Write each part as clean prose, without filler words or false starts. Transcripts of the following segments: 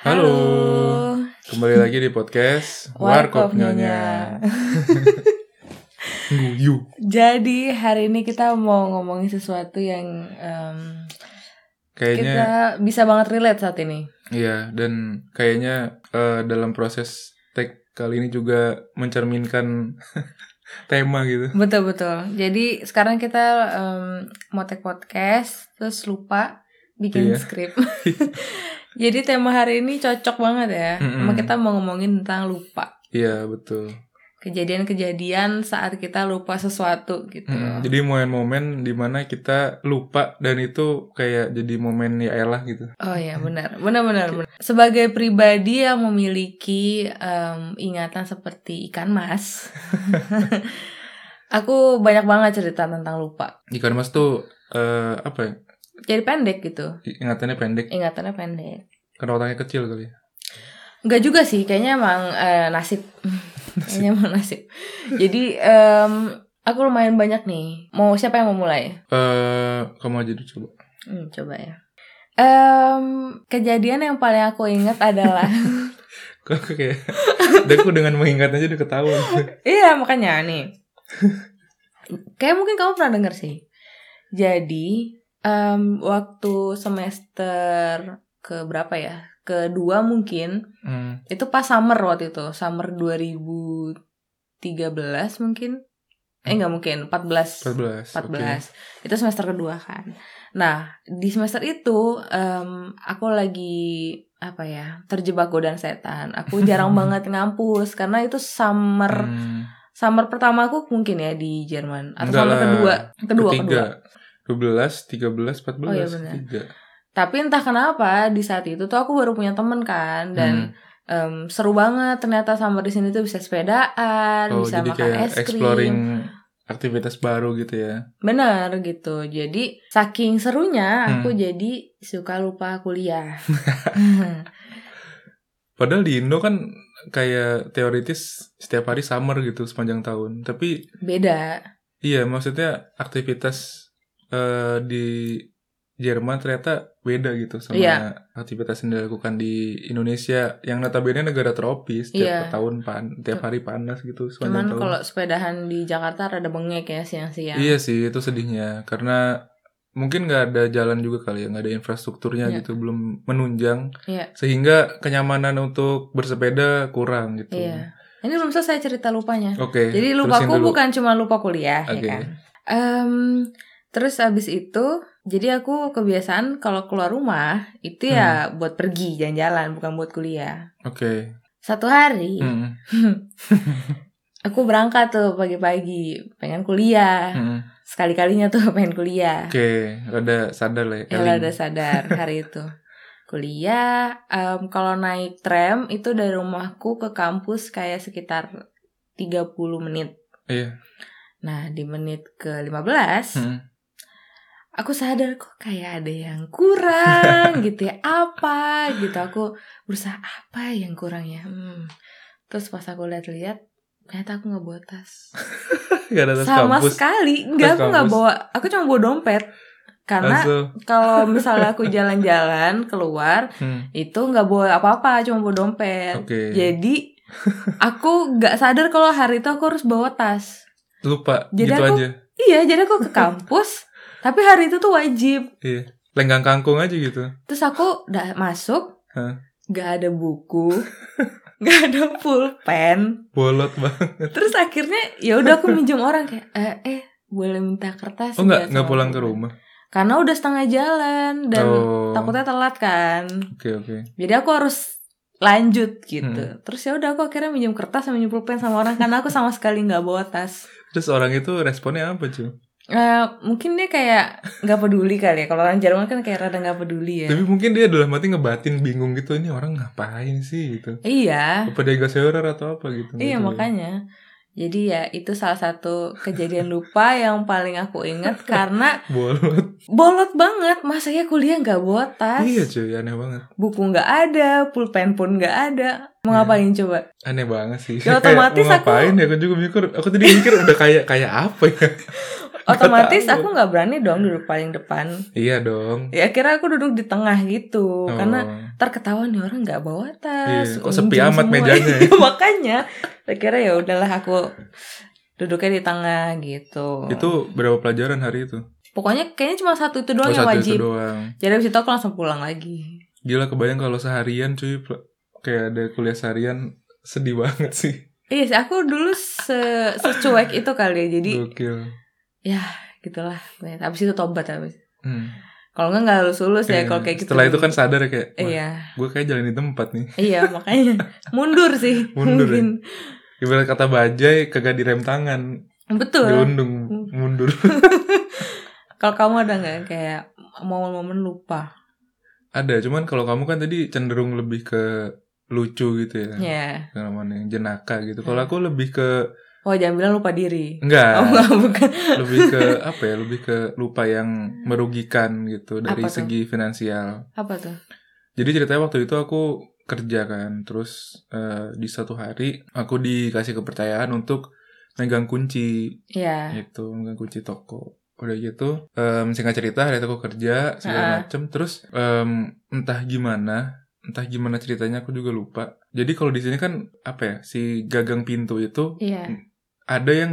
Halo, Halo. kembali lagi di podcast Warkop Nyonya. Guyu. Jadi hari ini kita mau ngomongin sesuatu yang Kayaknya kita bisa banget relate saat ini. iya, dan kayaknya dalam proses tag kali ini juga mencerminkan tema gitu. Betul. Jadi sekarang kita mau take podcast, terus lupa bikin Iya. skrip. Jadi tema hari ini cocok banget ya. Emang kita mau ngomongin tentang lupa. Iya, betul. Kejadian-kejadian saat kita lupa sesuatu gitu. Jadi momen-momen dimana kita lupa dan itu kayak jadi momen ya elah gitu. Oh ya, benar. Sebagai pribadi yang memiliki ingatan seperti ikan mas, aku banyak banget cerita tentang lupa. Ikan mas tuh apa ya? Jadi pendek gitu. Ingatannya pendek. Karena otaknya kecil kali ya. Enggak juga sih, kayaknya emang nasib. Kayaknya emang nasib. Jadi aku lumayan banyak nih. Siapa yang mau mulai? Kamu aja dulu coba. Coba ya. Kejadian yang paling aku ingat adalah Kok kayak aku dengan mengingat aja udah ketahuan. Iya, makanya nih. Kayak mungkin kamu pernah denger sih. Jadi waktu semester ke berapa ya? Kedua mungkin. Itu pas summer waktu itu. Summer 2013 mungkin. Enggak mungkin, 14. Okay. Itu semester kedua kan. Nah, di semester itu aku lagi terjebak godaan setan. Aku jarang banget ngampus karena itu summer pertama aku mungkin ya di Jerman atau summer kedua. 12, 13, 14. Oh iya benar. Tapi entah kenapa di saat itu tuh aku baru punya temen kan dan seru banget ternyata summer di sini tuh bisa sepedaan, bisa makan es krim. Exploring aktivitas baru gitu ya. Benar gitu. Jadi saking serunya aku jadi suka lupa kuliah. Padahal di Indo kan kayak teoritis setiap hari summer gitu sepanjang tahun. Tapi beda. Iya, maksudnya aktivitas di Jerman ternyata beda gitu sama aktivitas yang dilakukan di Indonesia yang notabene negara tropis tiap tahun tiap hari panas gitu sepanjang tahun. Cuman kalau sepedahan di Jakarta rada bengek ya siang-siang. Iya sih, itu sedihnya karena mungkin nggak ada jalan juga kali ya, nggak ada infrastrukturnya gitu, belum menunjang sehingga kenyamanan untuk bersepeda kurang gitu. Iya. Ini belum selesai cerita lupanya. Oke. Jadi lupaku bukan cuma lupa kuliah ya kan. Terus abis itu, jadi aku kebiasaan kalau keluar rumah itu ya buat pergi jalan-jalan, bukan buat kuliah. Oke. Satu hari, aku berangkat tuh pagi-pagi, pengen kuliah. Sekali-kalinya tuh pengen kuliah. Oke, rada sadar lah ya. Rada sadar hari itu. Kuliah, kalau naik tram itu dari rumahku ke kampus kayak sekitar 30 menit. Iya. Nah, di menit ke-15, aku sadar kok kayak ada yang kurang gitu ya. Apa gitu, aku berusaha apa yang kurang ya. Terus pas aku lihat-lihat, ternyata aku gak bawa tas. Gak ada tas sama kampus. Sekali. Enggak, aku gak bawa. Aku cuma bawa dompet. Karena kalau misalnya aku jalan-jalan keluar, itu gak bawa apa-apa, cuma bawa dompet. Jadi aku gak sadar kalau hari itu aku harus bawa tas. Lupa jadi gitu aja. Iya, jadi aku ke kampus. Tapi hari itu tuh wajib. Iya, lenggang kangkung aja gitu. Terus aku udah masuk, gak ada buku, gak ada pulpen, bolot banget. Terus akhirnya ya udah aku minjem orang kayak, boleh minta kertas? Oh nggak pulang ke rumah? Karena udah setengah jalan dan takutnya telat kan. Oke. Jadi aku harus lanjut gitu. Terus ya udah aku akhirnya minjem kertas sama minjem pulpen sama orang karena aku sama sekali nggak bawa tas. Terus orang itu responnya apa cuy? Mungkin dia kayak nggak peduli kali ya. Kalau orang Jerman kan kayak rada nggak peduli ya. Tapi mungkin dia dalam hati ngebatin bingung gitu, ini orang ngapain sih gitu. Iya. Apa dia gaseorer atau apa gitu. Iya makanya. Jadi ya itu salah satu kejadian lupa yang paling aku ingat karena bolot banget. Masa ya kuliah nggak bawa tas? Iya cuy, aneh banget. Buku nggak ada, pulpen pun nggak ada. Mau ngapain coba? Aneh banget sih. Ya otomatis mau ngapain ya? Aku juga mikir. Aku tadi mikir udah kayak apa ya? Otomatis aku nggak berani dong duduk paling depan. Iya dong. Ya akhirnya aku duduk di tengah gitu. Karena terketahuan nih orang nggak bawa tas. Iya, kok sepi amat mejanya. Ya, makanya akhirnya ya udahlah aku duduknya di tengah gitu. Itu berapa pelajaran hari itu? Pokoknya kayaknya cuma satu itu doang yang wajib. Jadi abis itu aku langsung pulang lagi. Gila, kebayang kalau seharian cuy, kayak ada kuliah seharian, sedih banget sih. Iya sih, aku dulu secuek itu kali ya. Jadi Gokil. Ya gitulah. Abis itu tobat abis. Kalau nggak lulus ya kalau kayak gitu. Setelah itu kan sadar kayak, iya, gue kayak jalan di tempat nih. Iya, makanya mundur sih. Mundur mungkin. Ya? Ibarat kata bajai kagak direm tangan. Betul. Diundung, mundur. Kalau kamu ada nggak kayak momen-momen lupa? Ada, cuman kalau kamu kan tadi cenderung lebih ke lucu gitu ya. Iya. Namanya jenaka gitu. Kalau aku lebih ke jangan bilang lupa diri. Enggak. Bukan. Lebih ke apa ya? Lebih ke lupa yang merugikan gitu dari segi finansial. Apa tuh? Jadi ceritanya waktu itu aku kerja kan, terus di suatu hari aku dikasih kepercayaan untuk megang kunci. Iya. Gitu, megang kunci toko. Udah gitu, singkat cerita hari itu aku kerja segala macem, terus entah gimana ceritanya aku juga lupa. Jadi kalau di sini kan apa ya, si gagang pintu itu ada yang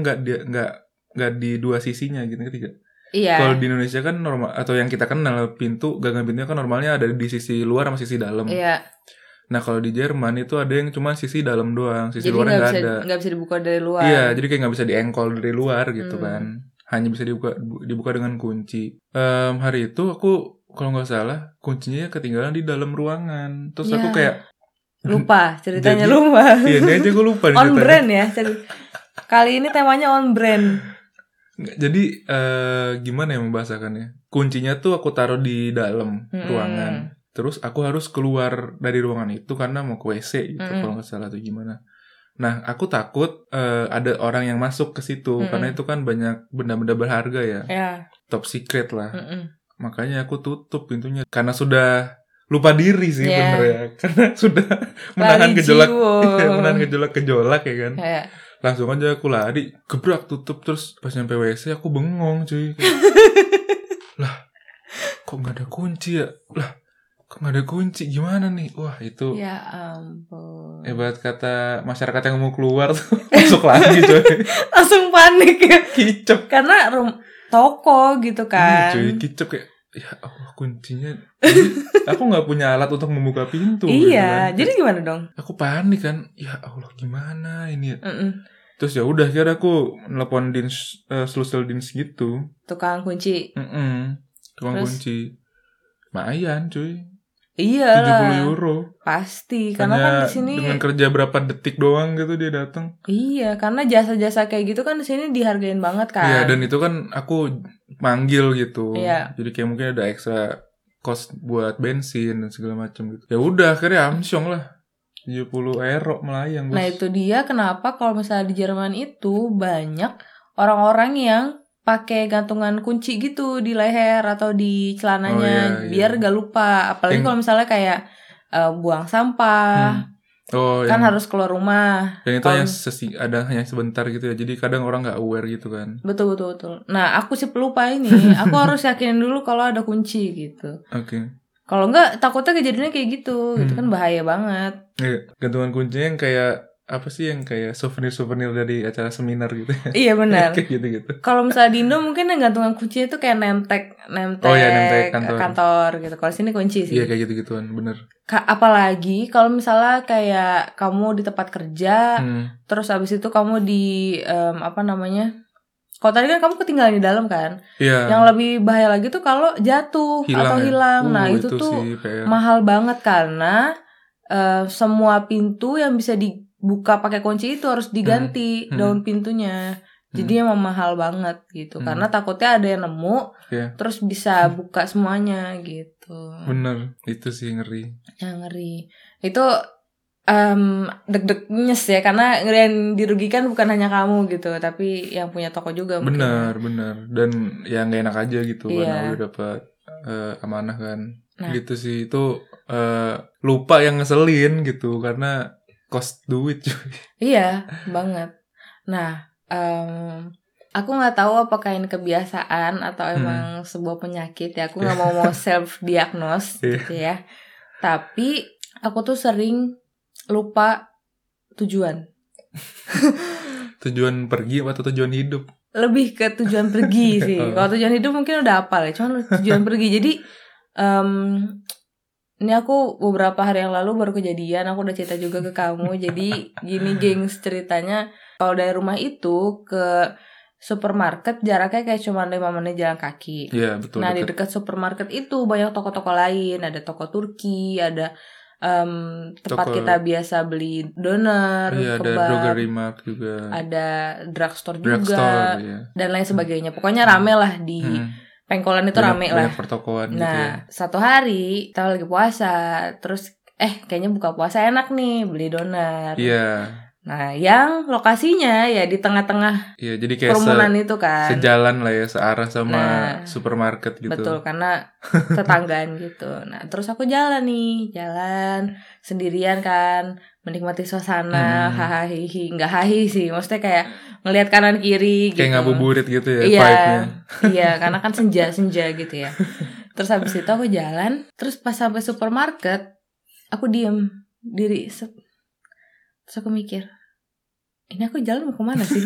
nggak di dua sisinya gitu, ketiga. Iya. Kalau di Indonesia kan normal, atau yang kita kenal gagang pintunya kan normalnya ada di sisi luar sama sisi dalam. Iya. Nah kalau di Jerman itu ada yang cuma sisi dalam doang, sisi luarnya nggak ada. Nggak bisa dibuka dari luar. Iya, jadi kayak nggak bisa diengkol dari luar gitu kan. Hanya bisa dibuka dengan kunci. Hari itu aku kalau nggak salah kuncinya ketinggalan di dalam ruangan. Terus aku kayak lupa ceritanya. Lupa. Iya, ini aja gue lupa. On brand ya. Kali ini temanya on brand. Jadi gimana ya membahasakannya? Kuncinya tuh aku taruh di dalam ruangan. Terus aku harus keluar dari ruangan itu karena mau ke WC gitu, kalau nggak salah tuh gimana. Nah, aku takut ada orang yang masuk ke situ karena itu kan banyak benda-benda berharga ya. Top secret lah. Makanya aku tutup pintunya karena sudah lupa diri sih bener ya. Karena sudah menahan gejolak ya kan. Langsung aja aku lari, gebrak, tutup. Terus pas nyampe WC aku bengong cuy. Lah, kok gak ada kunci ya? Lah, kok gak ada kunci? Gimana nih? Wah itu, ya ampun, hebat kata masyarakat yang mau keluar tuh masuk lagi coy. Langsung panik ya. Kicep. Karena toko gitu kan. Iya cuy, kicep kayak, ya Allah kuncinya. Aku gak punya alat untuk membuka pintu. Iya, gitu kan. jadi gimana dong? Aku panik kan. Ya Allah gimana ini ya. Terus ya udah kira aku nelpon Sleuteldienst gitu. Tukang kunci. Tukang kunci. Lumayan cuy. Iya. 70 euro. Pasti, karena kan di sini dengan kerja berapa detik doang gitu dia datang. Iya, karena jasa-jasa kayak gitu kan di sini dihargain banget kan. Iya, dan itu kan aku manggil gitu. Iya. Jadi kayak mungkin ada extra cost buat bensin dan segala macam gitu. Ya udah akhirnya amsyong lah. 70 euro melayang, bos. Nah, itu dia kenapa kalau misalnya di Jerman itu banyak orang-orang yang pakai gantungan kunci gitu di leher atau di celananya biar gak lupa. Apalagi kalau misalnya kayak buang sampah. Kan harus keluar rumah. Dan itu hanya sebentar gitu ya. Jadi kadang orang gak aware gitu kan. Betul. Nah, aku sih pelupa ini. Aku harus yakinin dulu kalau ada kunci gitu. Oke. Kalau enggak takutnya kejadiannya kayak gitu. Itu kan bahaya banget. Iya, gantungan kuncinya yang kayak apa sih, yang kayak souvenir dari acara seminar gitu. Iya benar. Kayak gitu. Kalau misalnya di Indo mungkin yang gantungan kunci itu kayak nemtek kantor gitu. Kalau sini kunci sih. Iya kayak gitu-gituan, bener. Apalagi kalau misalnya kayak kamu di tempat kerja, terus abis itu kamu di kalau tadi kan kamu ketinggalan di dalam kan. Iya. Yang lebih bahaya lagi tuh kalau jatuh atau hilang. Nah itu tuh mahal banget karena semua pintu yang bisa dibuka pakai kunci itu harus diganti daun pintunya. Jadi emang mahal banget gitu. Karena takutnya ada yang nemu, terus bisa buka semuanya gitu. Bener, itu sih ngeri. Yang ngeri. Itu deg-degnyes ya, karena yang dirugikan bukan hanya kamu gitu, tapi yang punya toko juga mungkin. Bener. Dan ya gak enak aja gitu karena udah dapat amanah kan. Gitu sih, itu lupa yang ngeselin gitu. Karena cost duit cuy. Iya, banget. Nah, aku nggak tahu apakah ini kebiasaan atau emang sebuah penyakit ya. Aku nggak mau self diagnose gitu ya. Tapi aku tuh sering lupa tujuan. Tujuan pergi atau tujuan hidup? Lebih ke tujuan pergi sih. Kalau tujuan hidup mungkin udah hafal ya. Cuman tujuan pergi. Jadi ini aku beberapa hari yang lalu baru kejadian. Aku udah cerita juga ke kamu. Jadi gini gengs ceritanya. Kalau dari rumah itu ke supermarket jaraknya kayak cuma 5 menit jalan kaki. Iya betul. Nah di dekat supermarket itu banyak toko-toko lain. Ada toko Turki. Ada tempat kita biasa beli doner, iya, kebab. ada Drogerie Mart juga. Ada drugstore juga. Iya. Dan lain sebagainya. Pokoknya rame lah di... Pengkolan itu rame lah. Banyak pertokoan nah, gitu ya. Satu hari kita lagi puasa, terus kayaknya buka puasa enak nih beli doner. Iya. Nah, yang lokasinya ya di tengah-tengah. Iya, jadi kayak kerumunan itu kan. Sejalan lah ya, searah sama supermarket gitu. Betul, karena tetanggaan gitu. Nah, terus aku jalan sendirian kan, menikmati suasana, hahihi, nggak hahi sih, maksudnya kayak ngelihat kanan kiri gitu. Kayak ngabuburit gitu ya, iya, vibe-nya. Iya, karena kan senja gitu ya. Terus habis itu aku jalan, terus pas sampai supermarket, aku diem diri. Terus aku mikir, ini aku jalan mau kemana sih?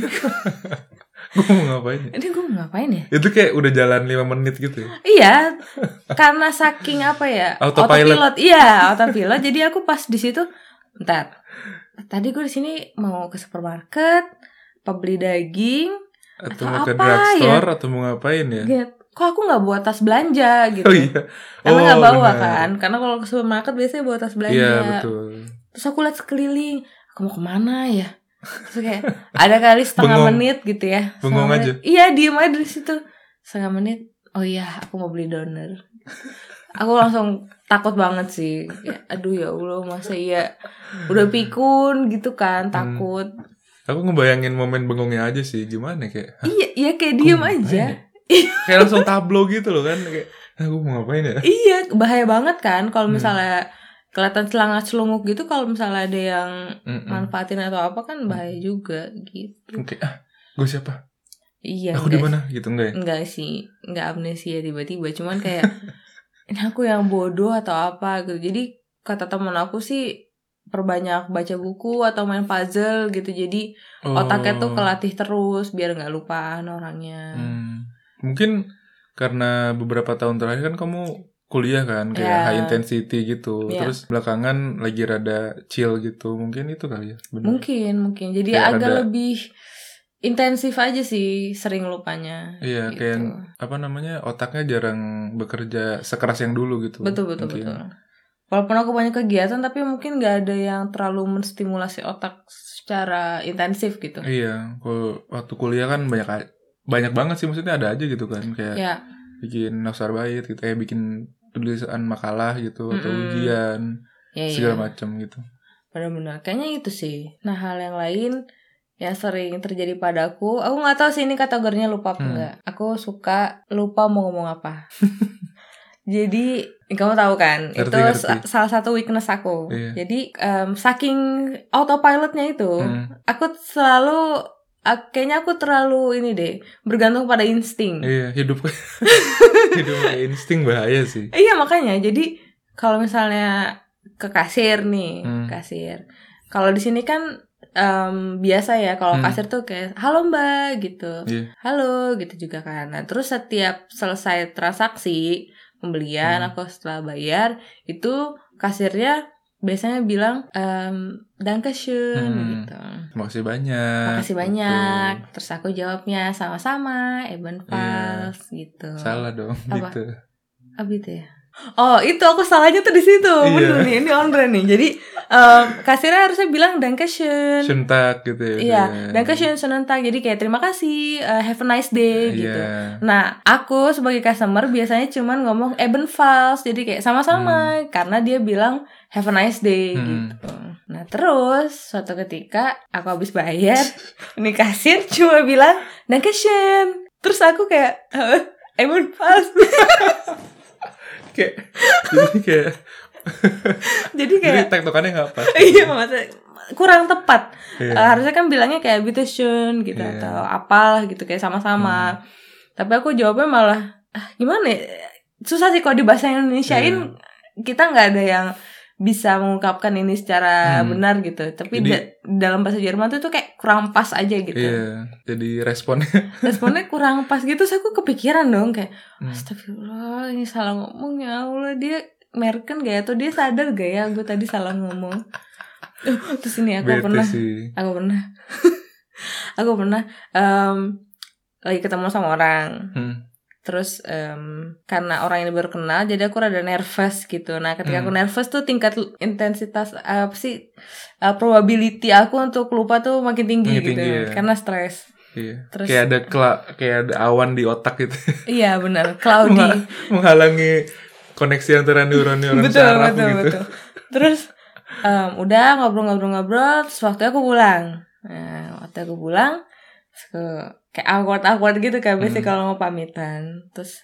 Gue mau ngapain ya? Ini gue mau ngapain ya? Itu kayak udah jalan 5 menit gitu ya? Iya, karena saking apa ya? Autopilot. Iya, autopilot. Jadi aku pas di situ, bentar. Tadi gue di sini mau ke supermarket, apa beli daging, atau atau mau ke apa drugstore ya? atau mau ngapain ya? Kok aku nggak bawa tas belanja gitu? Oh iya. Karena nggak bawa kan? Karena kalau ke supermarket biasanya bawa tas belanja. Iya betul. Terus aku lihat sekeliling, aku mau kemana ya? Terus kayak ada kali setengah menit gitu ya. Bengong aja. Iya, diem aja di situ. Setengah menit. Oh iya, aku mau beli doner. Aku langsung takut banget sih. Ya, aduh ya Allah, masa iya udah pikun gitu kan, takut. Aku ngebayangin momen bengongnya aja sih, gimana kayak. Iya kayak diem aja. Kayak langsung tablo gitu loh kan, kayak aku mau ngapain ya? Iya, bahaya banget kan kalau misalnya kelihatan celangak-celunguk gitu, kalau misalnya ada yang manfaatin atau apa kan bahaya juga gitu. Oke, gue siapa? Iya. Aku di mana gitu enggak ya? Enggak sih, enggak amnesia tiba-tiba, cuman kayak ini aku yang bodoh atau apa gitu. Jadi kata teman aku sih perbanyak baca buku atau main puzzle gitu. Jadi otaknya tuh kelatih terus biar nggak lupaan orangnya. Mungkin karena beberapa tahun terakhir kan kamu kuliah kan kayak high intensity gitu. Terus belakangan lagi rada chill gitu. Mungkin itu kali ya. Bener. Mungkin. Jadi kayak agak lebih intensif aja sih sering lupanya. Iya, gitu. Kayak apa namanya? Otaknya jarang bekerja sekeras yang dulu gitu. Betul. Walaupun aku banyak kegiatan tapi mungkin enggak ada yang terlalu menstimulasi otak secara intensif gitu. Iya, waktu kuliah kan banyak banget sih, maksudnya ada aja gitu kan kayak bikin nafsar bait gitu, bikin tulisan makalah gitu atau ujian segala macam gitu. Benar-benar kayaknya itu sih. Nah, hal yang lain yang sering terjadi padaku, aku nggak tahu sih ini kategorinya lupa apa enggak. Aku suka lupa mau ngomong apa. Jadi kamu tahu kan, ngerti. Salah satu weakness aku. Iya. Jadi saking autopilotnya itu, aku selalu kayaknya aku terlalu ini deh, bergantung pada insting. Iya, hidup kayak insting bahaya sih. Iya, makanya jadi kalau misalnya ke kasir nih, kasir. Kalau di sini kan biasa ya kalau kasir tuh kayak halo mbak gitu, halo gitu juga kan. Nah, terus setiap selesai transaksi pembelian, aku setelah bayar itu kasirnya biasanya bilang Dankeschön gitu. Makasih banyak. Betul. Terus aku jawabnya sama-sama, ebenfalls gitu. Salah dong. Apa? Gitu. Apa itu ya? Oh, itu aku salahnya tuh di situ. Bener nih, ini on brand nih. Jadi kasirnya harusnya bilang Dankeschön. Schöntag gitu ya. Iya, Dankeschön, Schöntag. Jadi kayak terima kasih, have a nice day gitu. Nah, aku sebagai customer biasanya cuman ngomong ebenfalls. Jadi kayak sama-sama karena dia bilang have a nice day gitu. Nah, terus suatu ketika aku habis bayar, ini kasir cuma bilang Dankeschön. Terus aku kayak ebenfalls. Jadi kayak Jadi kayak tektokannya nggak pas. Iya, maksudnya kurang tepat. Harusnya kan bilangnya kayak bitteschön gitu atau apalah gitu kayak sama-sama. Tapi aku jawabnya malah gimana ya? Susah sih kalau di bahasa Indonesiain kita nggak ada yang bisa mengungkapkan ini secara benar gitu. Tapi dalam bahasa Jerman tuh kayak kurang pas aja gitu. Iya, jadi responnya kurang pas gitu. Terus aku kepikiran dong kayak astagfirullah, ini salah ngomong ya Allah, dia merken gak ya? Atau dia sadar gak ya gue tadi salah ngomong. Terus ini aku pernah lagi ketemu sama orang. Terus karena orang ini baru kenal, jadi aku rada nervous gitu. Nah ketika aku nervous tuh tingkat intensitas probability aku untuk lupa tuh makin tinggi gitu ya. Karena stres. Iya. Terus kayak ada awan di otak gitu. Iya benar, cloudy. Menghalangi koneksi antara neuron-neuron saraf gitu. Betul. Terus udah ngobrol, terus waktu aku pulang. Nah waktu aku pulang, kayak awkward gitu kan biasanya kalau mau pamitan. Terus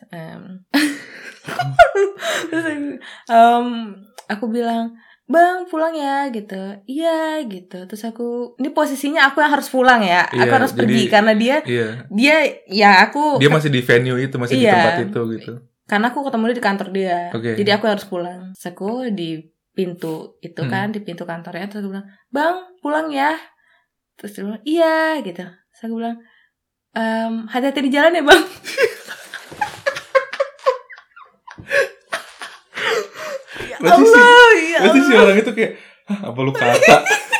aku bilang, "Bang, pulang ya," gitu. "Iya," gitu. Terus ini posisinya aku yang harus pulang ya. Aku harus pergi karena dia masih di venue itu, masih di tempat itu gitu. Karena aku ketemu dia di kantor dia. Jadi aku harus pulang. Terus aku di pintu itu kan, di pintu kantornya, terus aku bilang, "Bang, pulang ya." Terus dia bilang, "Iya," gitu. Terus aku bilang, hati-hati di jalan ya Bang. Ya berarti si orang itu kayak apa lu kata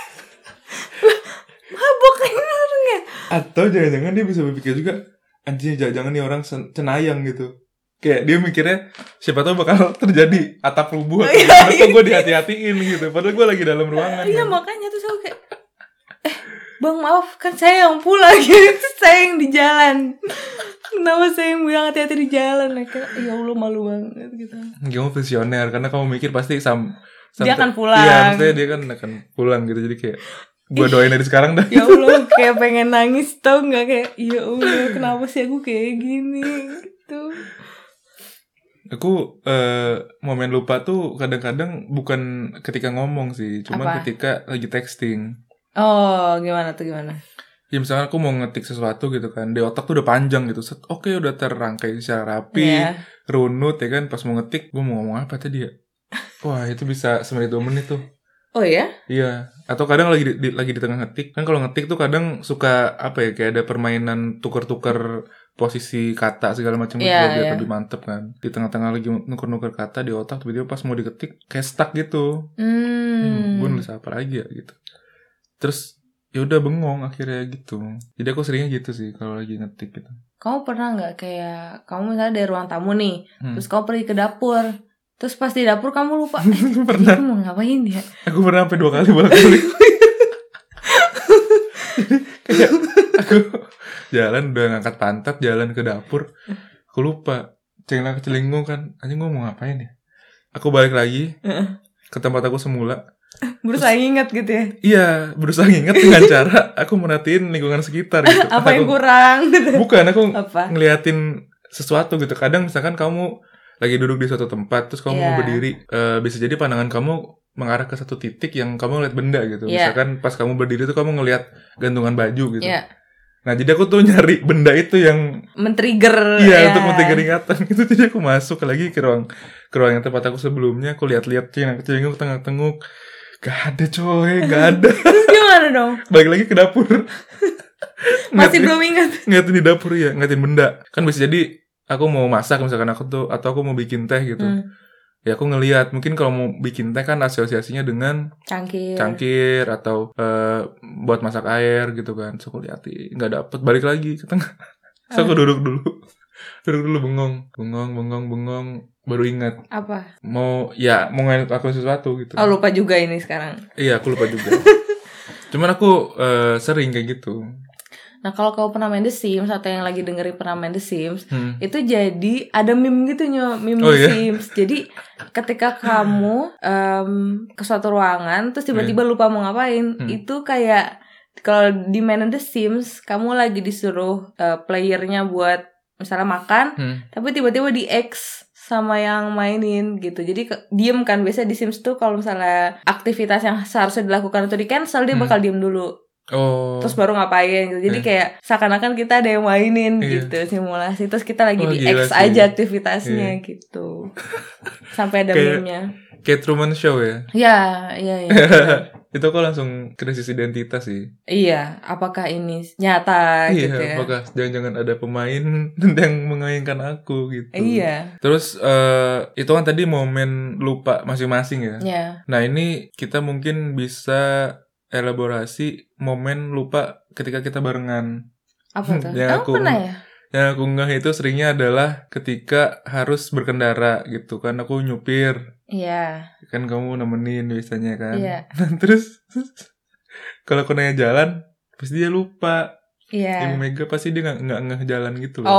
mabok kayaknya orangnya. Atau jangan-jangan dia bisa berpikir juga, anjingnya jangan nih orang cenayang gitu. Kayak dia mikirnya siapa tahu bakal terjadi atap rubuh atau gue dihati-hatiin gitu. Padahal gue lagi dalam ruangan. Iya makanya tuh saya kayak Bang maaf kan saya yang pulang gitu, saya yang di jalan. Kenapa saya yang bilang hati-hati di jalan? Ya Allah malu banget gitu. Kamu visioner karena kamu mikir pasti dia akan pulang. Iya maksudnya dia kan akan pulang gitu. Jadi kayak gue doain dari sekarang dah. Ya Allah kayak pengen nangis tau gak. Kayak ya Allah kenapa sih aku kayak gini gitu. Aku momen lupa tuh kadang-kadang bukan ketika ngomong sih, cuma ketika lagi texting. Oh, gimana tuh gimana? Ya misalnya aku mau ngetik sesuatu gitu kan, di otak tuh udah panjang gitu. Oke, udah terrangkai secara rapi, runut ya kan. Pas mau ngetik, gue mau ngomong apa tadi ya? Wah, itu bisa 1 menit 2 menit tuh. Oh ya? Iya. Atau kadang lagi di tengah ngetik. Kan kalau ngetik tuh kadang suka apa ya, kayak ada permainan tuker-tuker posisi kata segala macam gitu biar lebih mantep kan. Di tengah-tengah lagi nuker-nuker kata di otak, tiba-tiba pas mau diketik kayak stuck gitu. Gue nulis apa lagi ya gitu. Terus ya udah bengong akhirnya gitu. Jadi aku seringnya gitu sih kalau lagi ngetik gitu. Kamu pernah nggak kayak kamu misalnya dari ruang tamu nih, terus kamu pergi ke dapur, terus pas di dapur kamu lupa pernah. Aku mau ngapain ya? Aku pernah sampai 2 kali bolak-balik. Kayak aku jalan udah ngangkat pantat jalan ke dapur, aku lupa celingung kan, anjing gue mau ngapain ya? Aku balik lagi ke tempat aku semula. Berusaha ingat gitu ya? Iya, berusaha ingat dengan cara aku merhatiin lingkungan sekitar gitu. Apa yang kurang? Bukan, aku ngeliatin sesuatu gitu. Kadang misalkan kamu lagi duduk di suatu tempat, terus kamu mau berdiri, bisa jadi pandangan kamu mengarah ke satu titik yang kamu ngeliat benda gitu. Misalkan pas kamu berdiri tuh kamu ngeliat gantungan baju gitu. Nah, jadi aku tuh nyari benda itu yang men-trigger. Iya, untuk men-trigger ingatan gitu. Jadi aku masuk lagi ke ruang yang tempat aku sebelumnya. Aku lihat-lihat celinguk tengah-tenguk. Gak ada coy, gak ada. Terus gimana dong? Balik lagi ke dapur. Masih belum ingat. Ngeliatin di dapur ya, ngeliatin benda. Kan bisa jadi aku mau masak misalkan atau aku mau bikin teh gitu. Ya aku ngelihat, mungkin kalau mau bikin teh kan asosiasinya dengan cangkir atau buat masak air gitu kan. So aku liatin, nggak dapet, balik lagi ke tengah. So aku duduk dulu bengong, baru ingat. Apa? Mau ngelakuin sesuatu gitu. Oh lupa juga ini sekarang. Iya aku lupa juga. Cuman aku sering kayak gitu. Nah kalau kamu pernah main The Sims atau yang lagi dengerin pernah main The Sims, itu jadi ada meme gitu meme The Sims. Jadi ketika kamu ke suatu ruangan terus tiba-tiba lupa mau ngapain, itu kayak kalau di main The Sims kamu lagi disuruh playernya buat misalnya makan, tapi tiba-tiba di X sama yang mainin gitu. Jadi diem kan, biasanya di Sims tuh kalau misalnya aktivitas yang seharusnya dilakukan itu di cancel, dia bakal diem dulu. Terus baru ngapain gitu. Jadi kayak seakan-akan kita ada yang mainin gitu, simulasi. Terus kita lagi di X aja aktivitasnya gitu. Sampai ada meme-nya. Kayak Truman Show ya? Iya. Itu kok langsung krisis identitas sih. Iya, apakah ini nyata gitu ya? Apakah jangan-jangan ada pemain yang mengainkan aku gitu. Iya. Terus itu kan tadi momen lupa masing-masing ya. Iya. Nah ini kita mungkin bisa elaborasi momen lupa ketika kita barengan. Apa tuh? Kamu pernah ya? Yang aku ngeh itu seringnya adalah ketika harus berkendara gitu kan. Aku nyupir. Iya. Kan kamu nemenin biasanya kan. Iya. Nah, terus kalau aku nanya jalan, pasti dia lupa. Iya. Ibu Mega pasti dia nggak ngeh jalan gitu loh.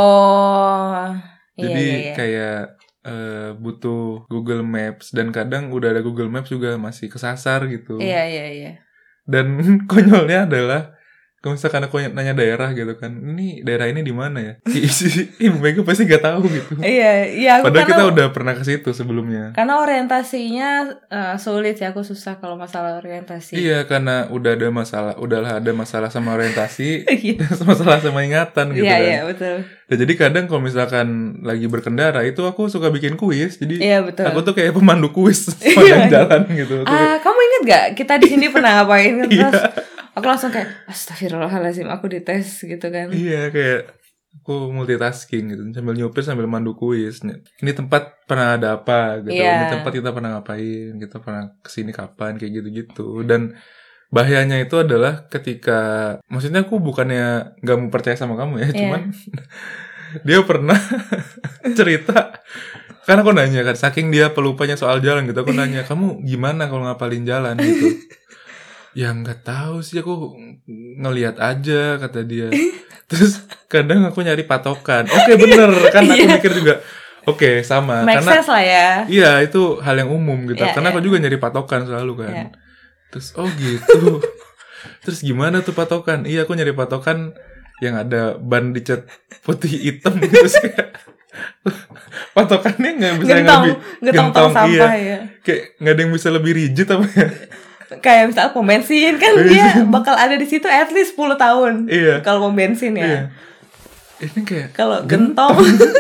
Jadi kayak butuh Google Maps. Dan kadang udah ada Google Maps juga masih kesasar gitu. Iya. Dan konyolnya adalah kalau misalkan aku nanya daerah gitu kan, ini daerah ini di mana ya? Ibu Mega pasti nggak tahu gitu. Iya. Padahal kita udah pernah ke situ sebelumnya. Karena orientasinya sulit ya, aku susah kalau masalah orientasi. Iya, karena udah ada masalah sama orientasi, masalah sama ingatan gitu kan. Iya betul. Ya, jadi kadang kalau misalkan lagi berkendara itu aku suka bikin kuis, jadi betul. Aku tuh kayak pemandu kuis sepanjang jalan gitu. Kamu ingat gak kita di sini pernah ngapain? Terus aku langsung kayak astagfirullahaladzim, aku dites gitu kan. Iya, kayak aku multitasking gitu, sambil nyupir sambil mandu kuis. Ini tempat pernah ada apa gitu. Ini tempat kita pernah ngapain, kita pernah kesini kapan, kayak gitu-gitu. Dan bahayanya itu adalah ketika, maksudnya aku bukannya gak mau percaya sama kamu ya, cuman dia pernah cerita. Karena aku nanya kan, saking dia pelupanya soal jalan gitu, aku nanya, kamu gimana kalau ngapalin jalan gitu? Ya nggak tahu sih, aku ngelihat aja kata dia. Terus kadang aku nyari patokan. Oke, bener kan, aku mikir juga. Oke, sama. Make sense lah ya. Iya, itu hal yang umum gitu. Karena aku juga nyari patokan selalu kan. Terus gitu. Terus gimana tuh patokan? Iya, aku nyari patokan yang ada ban dicat putih hitam terus kayak patokannya nggak bisa gentong sampah ya. Kayak nggak ada yang bisa lebih rigid apa ya. Kayak misalnya pom bensin kan dia bakal ada di situ at least 10 tahun. Iya. Kalau pom bensin ya. Iya. Ini kayak kalau gentong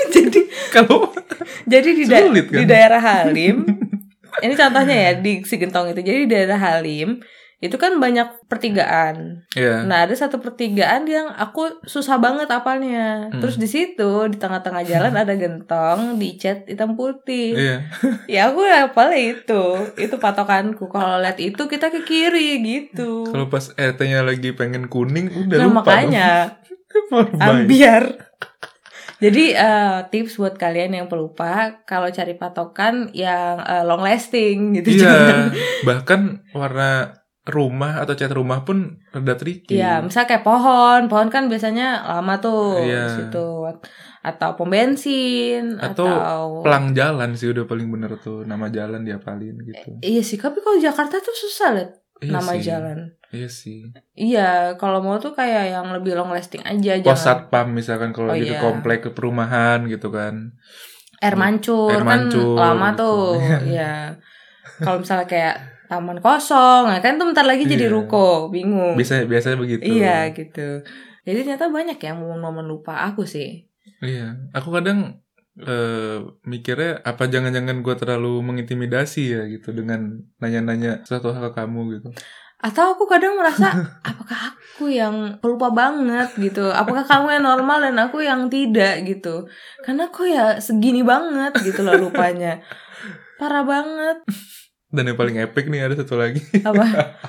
jadi di daerah Halim. Ini contohnya ya di si gentong itu. Jadi di daerah Halim itu kan banyak pertigaan. Yeah. Nah, ada satu pertigaan yang aku susah banget apalnya. Terus di situ di tengah-tengah jalan ada gentong dicat hitam putih. Yeah. Ya aku hafal itu patokanku. Kalau lihat itu kita ke kiri gitu. Kalau pas RT-nya lagi pengen kuning udah lupa. Makanya ambiar. Jadi tips buat kalian yang pelupa, kalau cari patokan yang long lasting gitu. Iya. Bahkan warna rumah atau cat rumah pun rada tricky. Iya, misalnya kayak pohon kan biasanya lama tuh di situ. Atau pom bensin atau pelang jalan sih udah paling bener tuh, nama jalan diapalin gitu. Iya sih, tapi kalau Jakarta tuh susah liat nama jalan. Iya sih. Iya, kalau mau tuh kayak yang lebih long lasting aja. Pos satpam misalkan kalau di komplek ke perumahan gitu kan. Air mancur kan lama gitu. Tuh. Iya. Kalau misalnya kayak taman kosong, kan tuh bentar lagi jadi ruko, bingung. Biasanya begitu. Iya gitu. Jadi ternyata banyak ya momen-momen lupa aku sih. Iya, aku kadang mikirnya apa jangan-jangan gue terlalu mengintimidasi ya gitu dengan nanya-nanya suatu hal ke kamu gitu. Atau aku kadang merasa apakah aku yang pelupa banget gitu, apakah kamu yang normal dan aku yang tidak gitu. Karena aku ya segini banget gitu loh lupanya, parah banget. Dan yang paling epic nih ada satu lagi. Apa?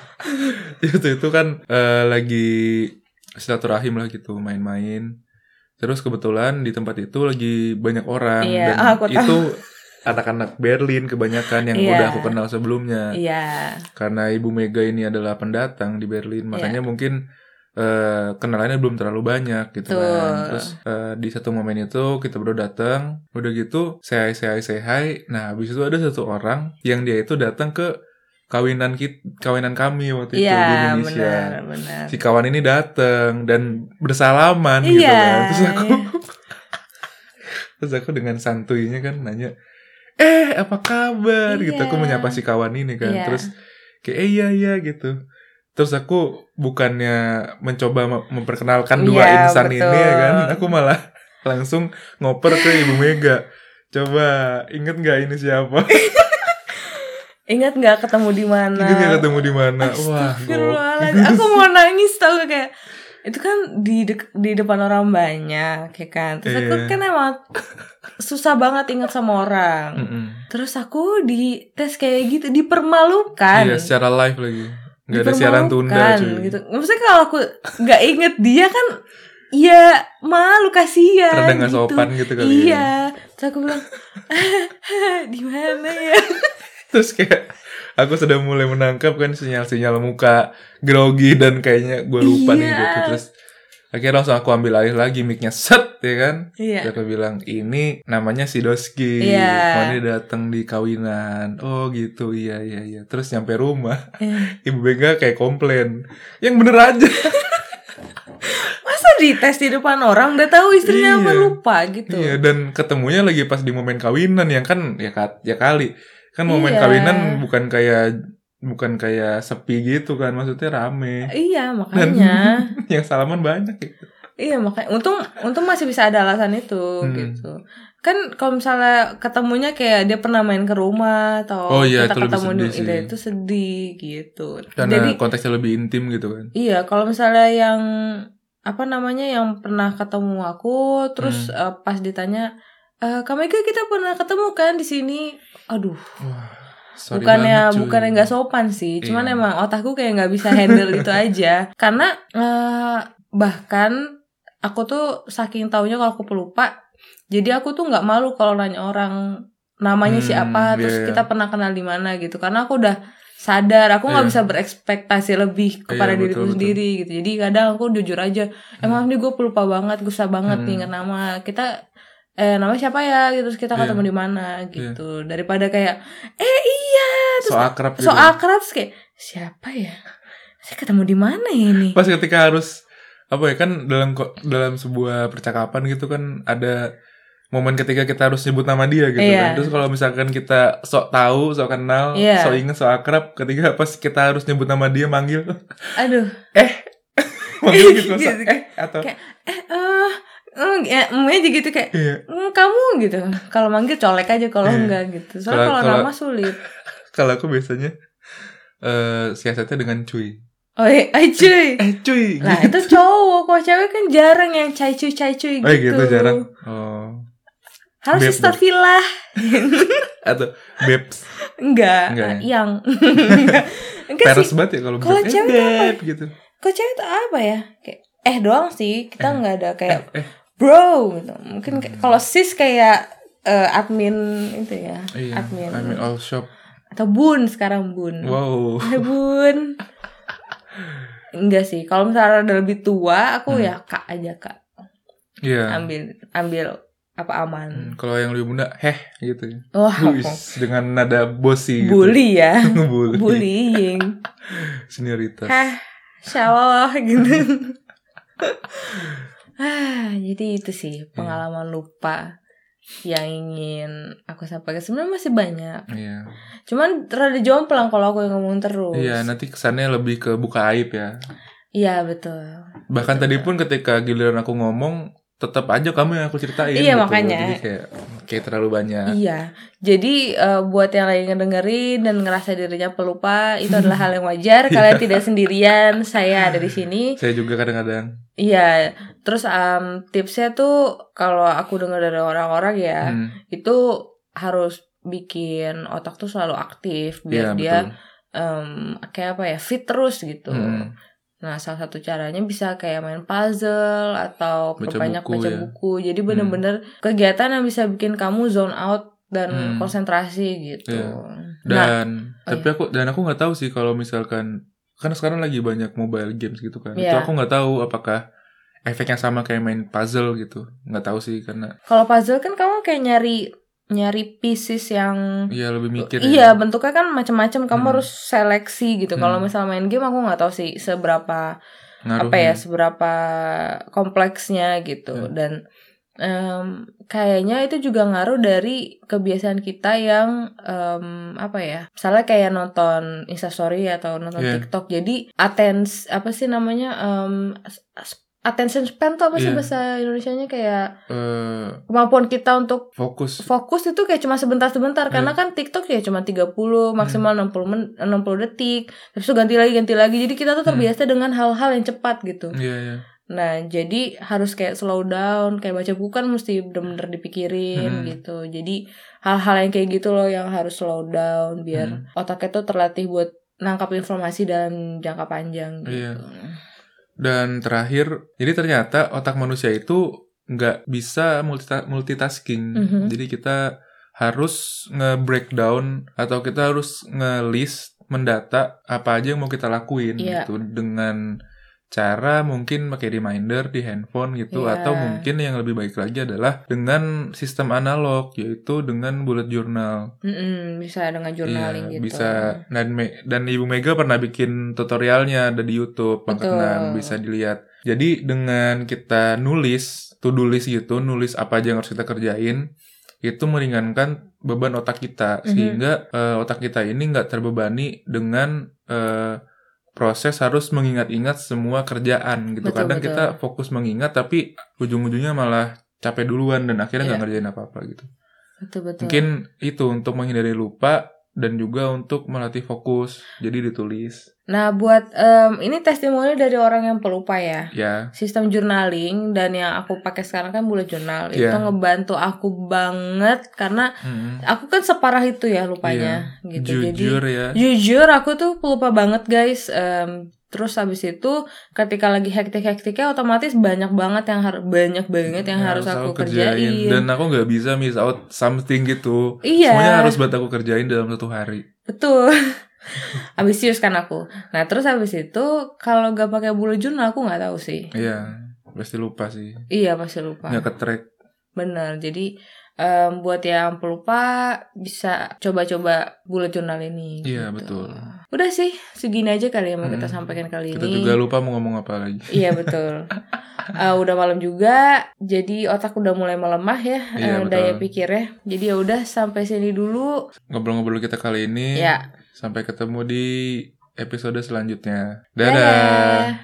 itu kan lagi silaturahim lah gitu, main-main. Terus kebetulan di tempat itu lagi banyak orang. Iya, dan itu anak-anak Berlin kebanyakan yang udah aku kenal sebelumnya. Iya. Karena Ibu Mega ini adalah pendatang di Berlin, makanya mungkin kenalannya belum terlalu banyak gitu kan. Terus di satu momen itu kita berdua datang, udah gitu say hi. Nah habis itu ada satu orang yang dia itu datang ke kawinan kami waktu itu di Indonesia. Benar. Si kawan ini datang dan bersalaman gitu kan. Terus aku dengan santuinya kan nanya, apa kabar gitu. Aku menyapa si kawan ini kan. Terus kayak iya gitu. Terus aku bukannya mencoba memperkenalkan dua insan betul. ini ya kan, aku malah langsung ngoper ke Ibu Mega. Coba inget nggak ini siapa? Ingat nggak ketemu di mana? Ingat nggak ketemu di mana? Wah, aku mau nangis tau kayak itu kan di depan orang banyak ya kan. Terus aku kan emang susah banget ingat sama orang. Terus aku di tes kayak gitu, dipermalukan. Iya, secara live lagi. Gak ada siaran tunda cuy. Gitu. Maksudnya kalau aku gak inget dia kan, ya malu, kasihan. Rada gak sopan gitu kali. Iya. Terus aku bilang, di mana ya? Terus kayak aku sudah mulai menangkap kan sinyal-sinyal muka grogi dan kayaknya gue lupa nih gitu. Terus akhirnya langsung aku ambil alih lagi mic-nya, set ya kan. Terus aku bilang, ini namanya si Doski. Ini datang di kawinan. Oh gitu, iya. Terus nyampe rumah, Ibu Mega kayak komplain, yang bener aja. Masa dites di depan orang udah tahu istrinya apa, lupa gitu. Iya, dan ketemunya lagi pas di momen kawinan yang kan ya kali. Kan momen kawinan bukan kayak sepi gitu kan, maksudnya rame. Iya, makanya. Dan yang salaman banyak gitu. Iya, makanya untung masih bisa ada alasan itu gitu. Kan kalau misalnya ketemunya kayak dia pernah main ke rumah atau kita ketemu itu sedih gitu. Karena jadi, konteksnya lebih intim gitu kan. Iya, kalau misalnya yang yang pernah ketemu aku terus pas ditanya, Kak Mega kita pernah ketemu kan di sini. Aduh. Bukannya nggak sopan sih, cuman emang otakku kayak nggak bisa handle itu aja. Karena bahkan aku tuh saking taunya kalau aku pelupa, jadi aku tuh nggak malu kalau nanya orang namanya siapa, terus kita pernah kenal di mana gitu. Karena aku udah sadar, aku nggak bisa berekspektasi lebih kepada diriku sendiri gitu. Jadi kadang aku jujur aja, emang nih gue pelupa banget, susah banget ingat nama kita. Namanya siapa ya gitu, terus kita ketemu di mana gitu. Daripada kayak iya terus so akrab terus kayak siapa ya, saya ketemu di mana ini. Pas ketika harus apa ya kan, dalam sebuah percakapan gitu kan ada momen ketika kita harus nyebut nama dia gitu kan. Terus kalau misalkan kita sok tahu, sok kenal, sok inget, sok akrab, ketika pas kita harus nyebut nama dia, manggil aduh manggil gitu atau kayak aja gitu kayak kamu gitu. Kalau manggil colek aja, kalau enggak gitu. Soalnya kalau nama sulit. Kalau aku biasanya siasatnya dengan cuy. Oh cuy. Cuy. Nah gitu. Itu cowok. Kalau cewek kan jarang yang cai cuy gitu. Oh gitu jarang. Oh. Harus Stafillah. Atau Babes. Enggak ya? Yang peres banget ya kalau cewek gitu. Kalau cewek itu apa ya? Kayak doang sih. Kita enggak ada kayak bro gitu. Mungkin kalau sis kayak admin itu ya. Iya, admin all shop. Atau bun, sekarang bun. Wow. Bun. Enggak sih. Kalau misalnya udah lebih tua, aku ya kak aja kak. Iya. Ambil apa aman. Kalau yang lebih muda, gitu. Dengan nada bosi gitu. Bully ya. Bullying. Senioritas. Insyaallah gitu. Jadi itu sih pengalaman lupa yang ingin aku sampaikan. Sebenarnya masih banyak. Iya. Cuman rada jomplang kalau aku yang ngomong terus. Iya, nanti kesannya lebih ke buka aib ya. Iya, betul. Bahkan tadi pun ketika giliran aku ngomong, tetap aja kamu yang aku ceritain. Iya, gitu. makanya. Jadi kayak terlalu banyak. Iya. Jadi buat yang lagi ngedengerin dan ngerasa dirinya pelupa, itu adalah hal yang wajar. Kalian tidak sendirian. Saya ada di sini. Saya juga kadang-kadang. Iya. Terus tipsnya tuh kalau aku dengar dari orang-orang ya, itu harus bikin otak tuh selalu aktif biar dia kayak apa ya, fit terus gitu. Nah, salah satu caranya bisa kayak main puzzle atau perbanyak baca buku. Jadi bener-bener kegiatan yang bisa bikin kamu zone out dan konsentrasi gitu. Tapi aku nggak tahu sih kalau misalkan, kan sekarang lagi banyak mobile games gitu kan. Itu aku nggak tahu apakah efeknya sama kayak main puzzle gitu. Nggak tahu sih, karena kalau puzzle kan kamu kayak nyari pieces yang lebih mikir. Iya, bentuknya kan macam-macam, kamu harus seleksi gitu. Kalau misalnya main game aku nggak tahu sih seberapa ngaruhnya, seberapa kompleksnya gitu. Dan Kayaknya itu juga ngaruh dari kebiasaan kita yang apa ya, misalnya kayak nonton Instastory atau nonton TikTok, jadi attention span tuh apa sih bahasa Indonesianya, kayak kemampuan kita untuk fokus itu kayak cuma sebentar karena kan TikTok ya cuma 30 maksimal 60 detik, terus ganti lagi, jadi kita tuh terbiasa dengan hal-hal yang cepat gitu. Nah, jadi harus kayak slow down, kayak baca buku kan mesti bener-bener dipikirin gitu. Jadi hal-hal yang kayak gitu loh yang harus slow down biar otaknya tuh terlatih buat nangkap informasi dalam jangka panjang gitu. Dan terakhir, jadi ternyata otak manusia itu nggak bisa multitasking. Jadi kita harus nge-breakdown atau kita harus nge-list, mendata apa aja yang mau kita lakuin gitu dengan cara mungkin pakai reminder di handphone gitu, atau mungkin yang lebih baik lagi adalah dengan sistem analog, yaitu dengan bullet journal. Bisa dengan journaling gitu. Bisa, dan Ibu Mega pernah bikin tutorialnya, ada di YouTube, makanya bisa dilihat. Jadi dengan kita nulis, to-do list gitu, nulis apa aja yang harus kita kerjain, itu meringankan beban otak kita, sehingga otak kita ini nggak terbebani dengan proses harus mengingat-ingat semua kerjaan gitu. Kadang kita fokus mengingat tapi ujung-ujungnya malah capek duluan dan akhirnya nggak ngerjain apa-apa gitu. Betul. Mungkin itu untuk menghindari lupa dan juga untuk melatih fokus, jadi ditulis. Nah, buat ini testimoni dari orang yang pelupa ya. Sistem journaling dan yang aku pakai sekarang kan bullet journal itu ngebantu aku banget karena aku kan separah itu ya lupanya gitu. Jujur aku tuh pelupa banget guys. Terus habis itu ketika lagi hektik-hektiknya otomatis banyak banget yang harus aku kerjain. Dan aku nggak bisa miss out something gitu. Semuanya harus buat aku kerjain dalam 1 hari. Betul. Ambisius kan aku. Nah terus habis itu kalau gak pakai bullet journal aku nggak tahu sih. Pasti lupa sih. Iya pasti lupa. Nggak ke-track. Bener. Jadi buat yang pelupa bisa coba-coba bullet journal ini. Iya gitu. betul. Udah sih segini aja kali yang mau kita sampaikan kali ini. Kita juga lupa mau ngomong apa lagi. Iya betul. Udah malam juga, jadi otak udah mulai melemah ya, daya pikirnya. Jadi ya udah sampai sini dulu ngobrol-ngobrol kita kali ini. Sampai ketemu di episode selanjutnya. Dadah.